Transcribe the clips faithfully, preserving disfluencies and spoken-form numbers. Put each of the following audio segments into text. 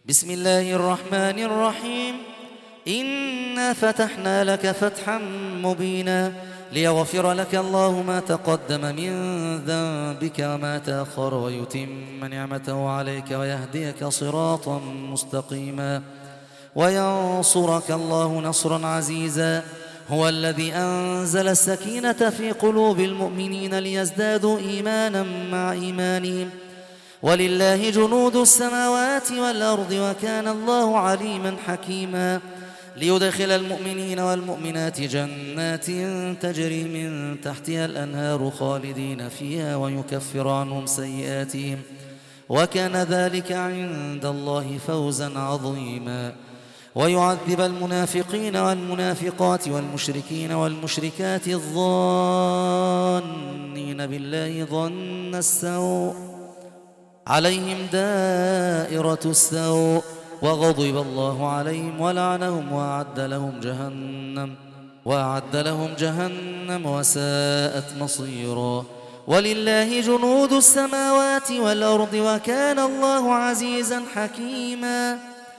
بسم الله الرحمن الرحيم. إنا فتحنا لك فتحا مبينا ليغفر لك الله ما تقدم من ذنبك وما تأخر ويتم نعمته عليك ويهديك صراطا مستقيما وينصرك الله نصرا عزيزا. هو الذي أنزل السكينة في قلوب المؤمنين ليزدادوا إيمانا مع إيمانهم ولله جنود السماوات والأرض وكان الله عليما حكيما. ليدخل المؤمنين والمؤمنات جنات تجري من تحتها الأنهار خالدين فيها ويكفر عنهم سيئاتهم وكان ذلك عند الله فوزا عظيما. ويعذب المنافقين والمنافقات والمشركين والمشركات الظانين بالله ظن السوء عليهم دائرة السوء وغضب الله عليهم ولعنهم وأعد لهم جهنم وأعد لهم جهنم وساءت مصيرا. ولله جنود السماوات والأرض وكان الله عزيزا حكيما.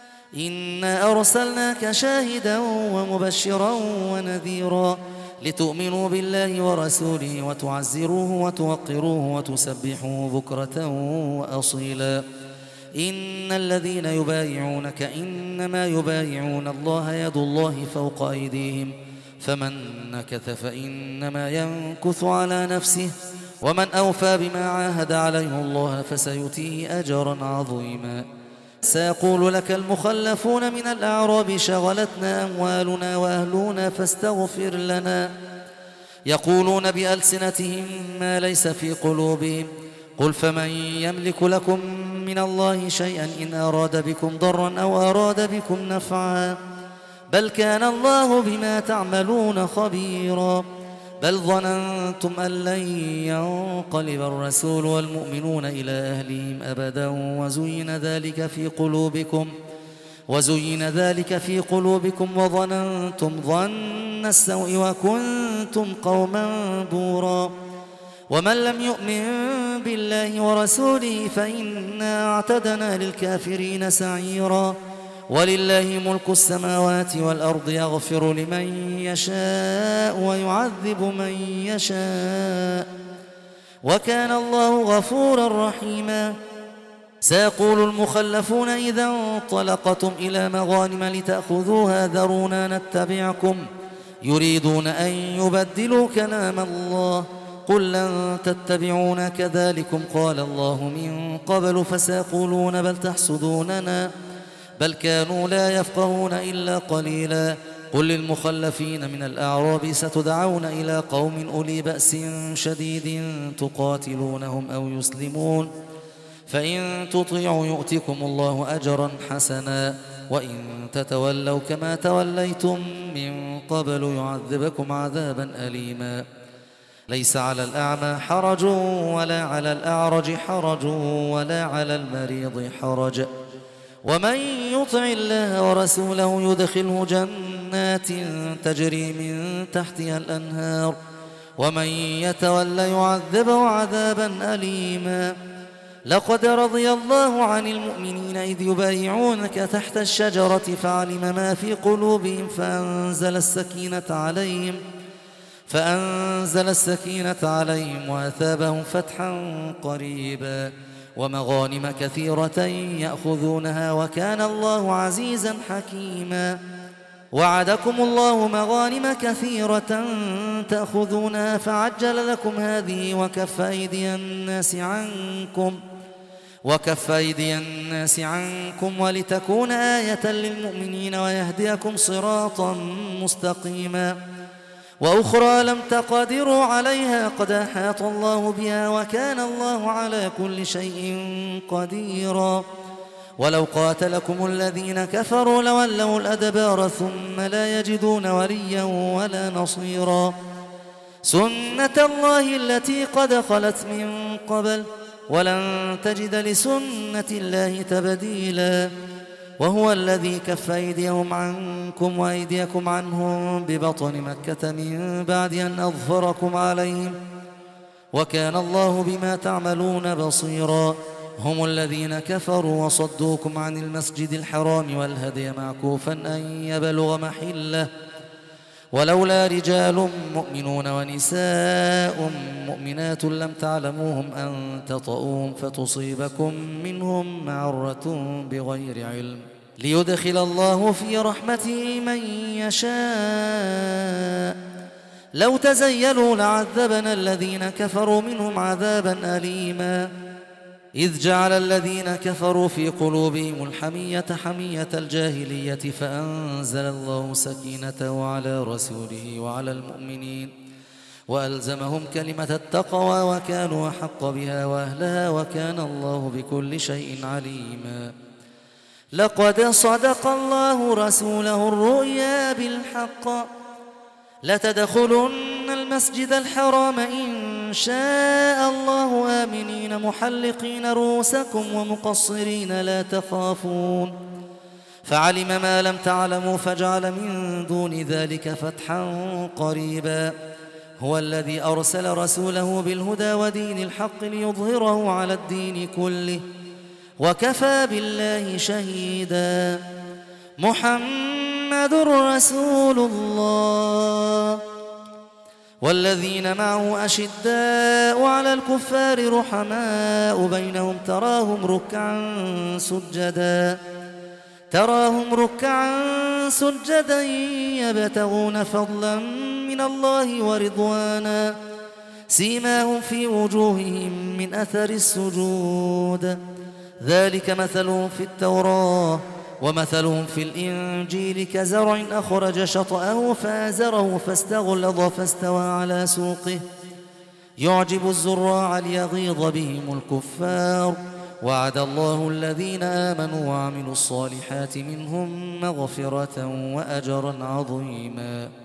إنا أرسلناك شاهدا ومبشرا ونذيرا لتؤمنوا بالله ورسوله وتعزروه وتوقروه وتسبحوه بكرة وأصيلا. إن الذين يبايعونك إنما يبايعون الله يد الله فوق أيديهم فمن نكث فإنما ينكث على نفسه ومن أوفى بما عاهد عليه الله فسيؤتيه أجرا عظيما. سيقول لك المخلفون من الأعراب شغلتنا أموالنا وأهلنا فاستغفر لنا يقولون بألسنتهم ما ليس في قلوبهم قل فمن يملك لكم من الله شيئا إن أراد بكم ضرا أو أراد بكم نفعا بل كان الله بما تعملون خبيرا. بل ظننتم أن لن ينقلب الرسول والمؤمنون إلى أهلهم أبدا وزين ذلك في قلوبكم وزين ذلك في قلوبكم وظننتم ظن السوء وكنتم قوما بورا. ومن لم يؤمن بالله ورسوله فإنا اعتدنا للكافرين سعيرا. ولله ملك السماوات والأرض يغفر لمن يشاء ويعذب من يشاء وكان الله غفورا رحيما. سيقول المخلفون إذا انطلقتم إلى مغانم لتأخذوها ذرونا نتبعكم يريدون أن يبدلوا كلام الله قل لن تتبعونا كذلكم قال الله من قبل فسيقولون بل تحسدوننا بل كانوا لا يفقهون إلا قليلا. قل للمخلفين من الأعراب ستدعون إلى قوم أولي بأس شديد تقاتلونهم أو يسلمون فإن تطيعوا يؤتكم الله أجرا حسنا وإن تتولوا كما توليتم من قبل يعذبكم عذابا أليما. ليس على الأعمى حرج ولا على الأعرج حرج ولا على المريض حرج ومن يطع الله ورسوله يدخله جنات تجري من تحتها الأنهار ومن يتول يعذبه عذابا أليما. لقد رضي الله عن المؤمنين إذ يبايعونك تحت الشجرة فعلم ما في قلوبهم فأنزل السكينة عليهم فأنزل السكينة عليهم وأثابهم فتحا قريبا ومغانم كثيرة يأخذونها وكان الله عزيزا حكيما. وعدكم الله مغانم كثيرة تأخذونها فعجل لكم هذه وكف أيدي الناس عنكم وكف أيدي الناس عنكم ولتكون آية للمؤمنين ويهديكم صراطا مستقيما. وأخرى لم تقدروا عليها قد أحاط الله بها وكان الله على كل شيء قديرا. ولو قاتلكم الذين كفروا لولوا الأدبار ثم لا يجدون وليا ولا نصيرا. سنة الله التي قد خلت من قبل ولن تجد لسنة الله تبديلا. وهو الذي كف أيديهم عنكم وأيديكم عنهم ببطن مكة من بعد أن أظفركم عليهم وكان الله بما تعملون بصيرا. هم الذين كفروا وصدوكم عن المسجد الحرام والهدي معكوفا أن يبلغ محله ولولا رجال مؤمنون ونساء مؤمنات لم تعلموهم أن تطؤوهم فتصيبكم منهم معرة بغير علم ليدخل الله في رحمته من يشاء لو تزيلوا لعذبنا الذين كفروا منهم عذابا أليما إذ جعل الذين كفروا في قلوبهم الحمية حمية الجاهلية فأنزل الله سكينته على رسوله وعلى المؤمنين وألزمهم كلمة التقوى وكانوا أحق بها وأهلها وكان الله بكل شيء عليما لقد صدق الله رسوله الرؤيا بالحق لتدخلن المسجد الحرام إن شاء الله آمنين محلقين رؤوسكم ومقصرين لا تخافون فعلم ما لم تعلموا فجعل من دون ذلك فتحا قريبا هو الذي أرسل رسوله بالهدى ودين الحق ليظهره على الدين كله وكفى بالله شهيدا محمد رسول الله والذين معه أشداء على الكفار رحماء بينهم تراهم ركعا سجدا تراهم ركعا سجدا يبتغون فضلا من الله ورضوانا سيماهم في وجوههم من أثر السجود ذلك مثلهم في التوراة ومثلهم في الإنجيل كزرع أخرج شطأه فآزره فاستغلظ فاستوى على سوقه يعجب الزراع ليغيظ بهم الكفار وعد الله الذين آمنوا وعملوا الصالحات منهم مغفرة وأجرا عظيما